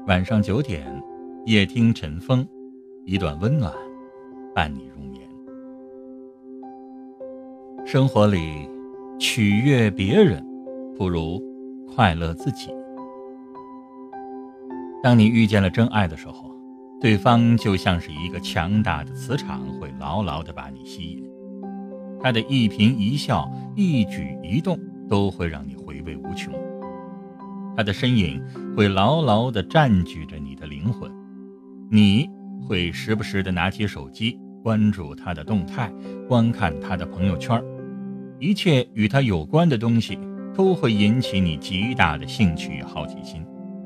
晚上9点，夜听晨风，一段温暖伴你入眠。生活里取悦别人不如快乐自己。当你遇见了真爱的时候，对方就像是一个强大的磁场，会牢牢地把你吸引。他的一颦一笑，一举一动都会让你回味无穷。他的身影会牢牢地占据着你的灵魂，你会时不时地拿起手机关注他的动态，观看他的朋友圈，一切与他有关的东西都会引起你极大的兴趣与好奇心。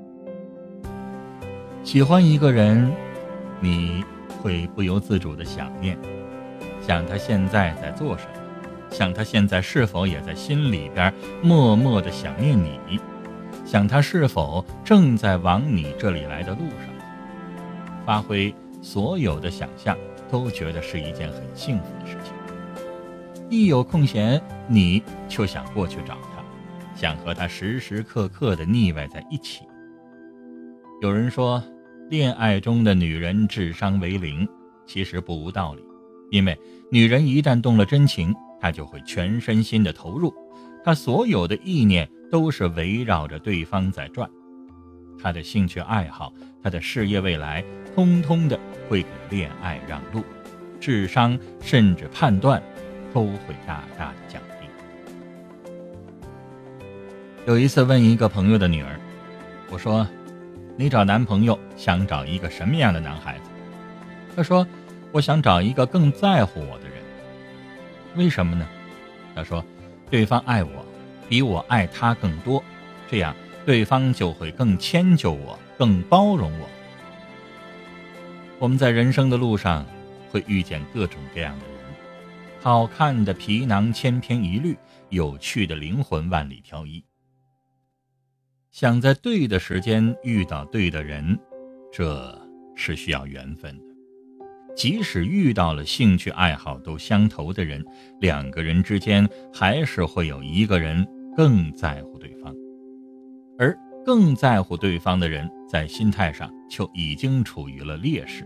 喜欢一个人，你会不由自主地想念，想他现在在做什么，想他现在是否也在心里边默默地想念你，想他是否正在往你这里来的路上。发挥所有的想象，都觉得是一件很幸福的事情。一有空闲，你就想过去找他，想和他时时刻刻地腻歪在一起。有人说，恋爱中的女人智商为0，其实不无道理。因为女人一旦动了真情，她就会全身心的投入，她所有的意念都是围绕着对方在转，她的兴趣爱好，她的事业未来，通通的会给恋爱让路，智商甚至判断都会大大的降低。有一次问一个朋友的女儿，我说，你找男朋友想找一个什么样的男孩子？她说，我想找一个更在乎我的人。为什么呢？她说，对方爱我比我爱他更多，这样对方就会更迁就我，更包容我。我们在人生的路上会遇见各种各样的人，好看的皮囊千篇一律，有趣的灵魂万里挑一。想在对的时间遇到对的人，这是需要缘分的。即使遇到了兴趣爱好都相投的人，两个人之间还是会有一个人更在乎对方，而更在乎对方的人在心态上就已经处于了劣势。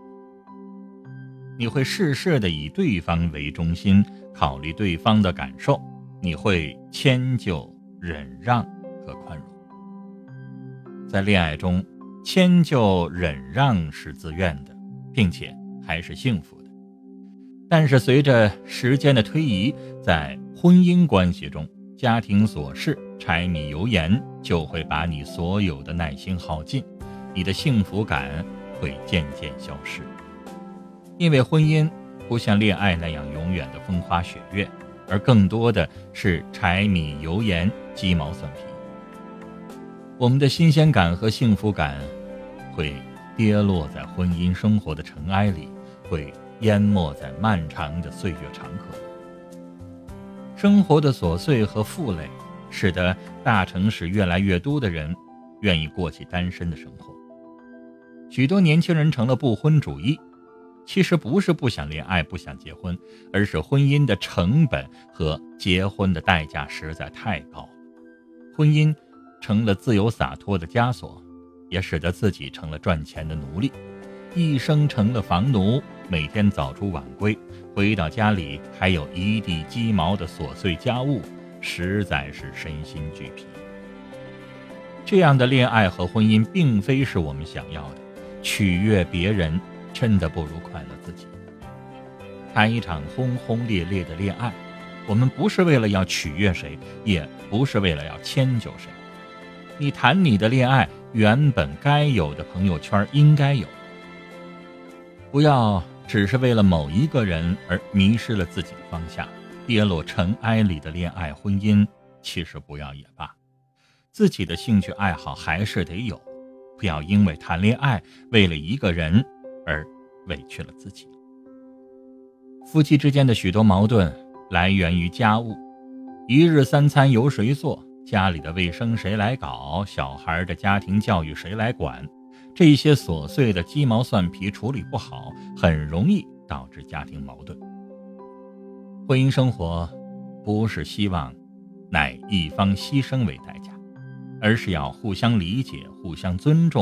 你会事事的以对方为中心，考虑对方的感受，你会迁就、忍让和宽容。在恋爱中，迁就、忍让是自愿的，并且还是幸福的。但是随着时间的推移，在婚姻关系中，家庭琐事、柴米油盐就会把你所有的耐心耗尽，你的幸福感会渐渐消失。因为婚姻不像恋爱那样永远的风花雪月，而更多的是柴米油盐、鸡毛蒜皮。我们的新鲜感和幸福感会跌落在婚姻生活的尘埃里，会淹没在漫长的岁月长河。生活的琐碎和负累，使得大城市越来越多的人愿意过起单身的生活。许多年轻人成了不婚主义，其实不是不想恋爱、不想结婚，而是婚姻的成本和结婚的代价实在太高了。婚姻成了自由洒脱的枷锁，也使得自己成了赚钱的奴隶，一生成了房奴，每天早出晚归，回到家里还有一地鸡毛的琐碎家务，实在是身心俱疲。这样的恋爱和婚姻并非是我们想要的，取悦别人真的不如快乐自己。谈一场轰轰烈烈的恋爱，我们不是为了要取悦谁，也不是为了要迁就谁。你谈你的恋爱，原本该有的朋友圈应该有。不要只是为了某一个人而迷失了自己的方向，跌落尘埃里的恋爱婚姻，其实不要也罢。自己的兴趣爱好还是得有，不要因为谈恋爱，为了一个人而委屈了自己。夫妻之间的许多矛盾来源于家务，一日三餐由谁做，家里的卫生谁来搞，小孩的家庭教育谁来管，这些琐碎的鸡毛蒜皮处理不好，很容易导致家庭矛盾。婚姻生活不是希望乃一方牺牲为代价，而是要互相理解、互相尊重、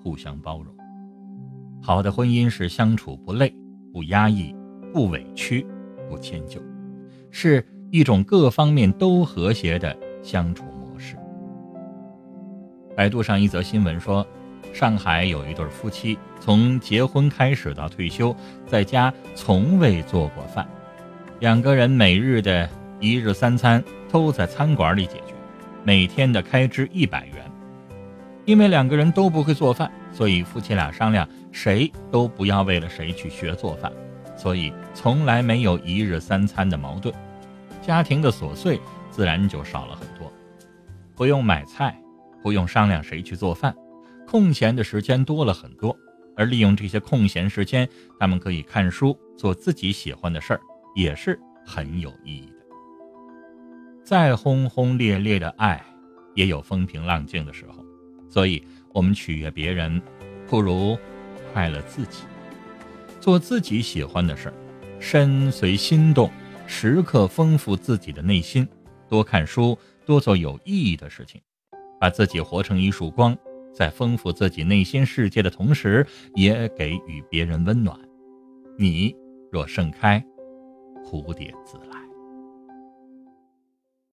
互相包容。好的婚姻是相处不累、不压抑、不委屈、不迁就，是一种各方面都和谐的相处模式。百度上一则新闻说，上海有一对夫妻从结婚开始到退休，在家从未做过饭，两个人每日的一日三餐都在餐馆里解决，每天的开支100元。因为两个人都不会做饭，所以夫妻俩商量谁都不要为了谁去学做饭，所以从来没有一日三餐的矛盾，家庭的琐碎自然就少了很多。不用买菜，不用商量谁去做饭，空闲的时间多了很多，而利用这些空闲时间，他们可以看书，做自己喜欢的事儿，也是很有意义的。再轰轰烈烈的爱，也有风平浪静的时候，所以我们取悦别人，不如快乐自己，做自己喜欢的事儿，身随心动，时刻丰富自己的内心，多看书，多做有意义的事情，把自己活成一束光，在丰富自己内心世界的同时，也给予别人温暖。你若盛开，蝴蝶自来。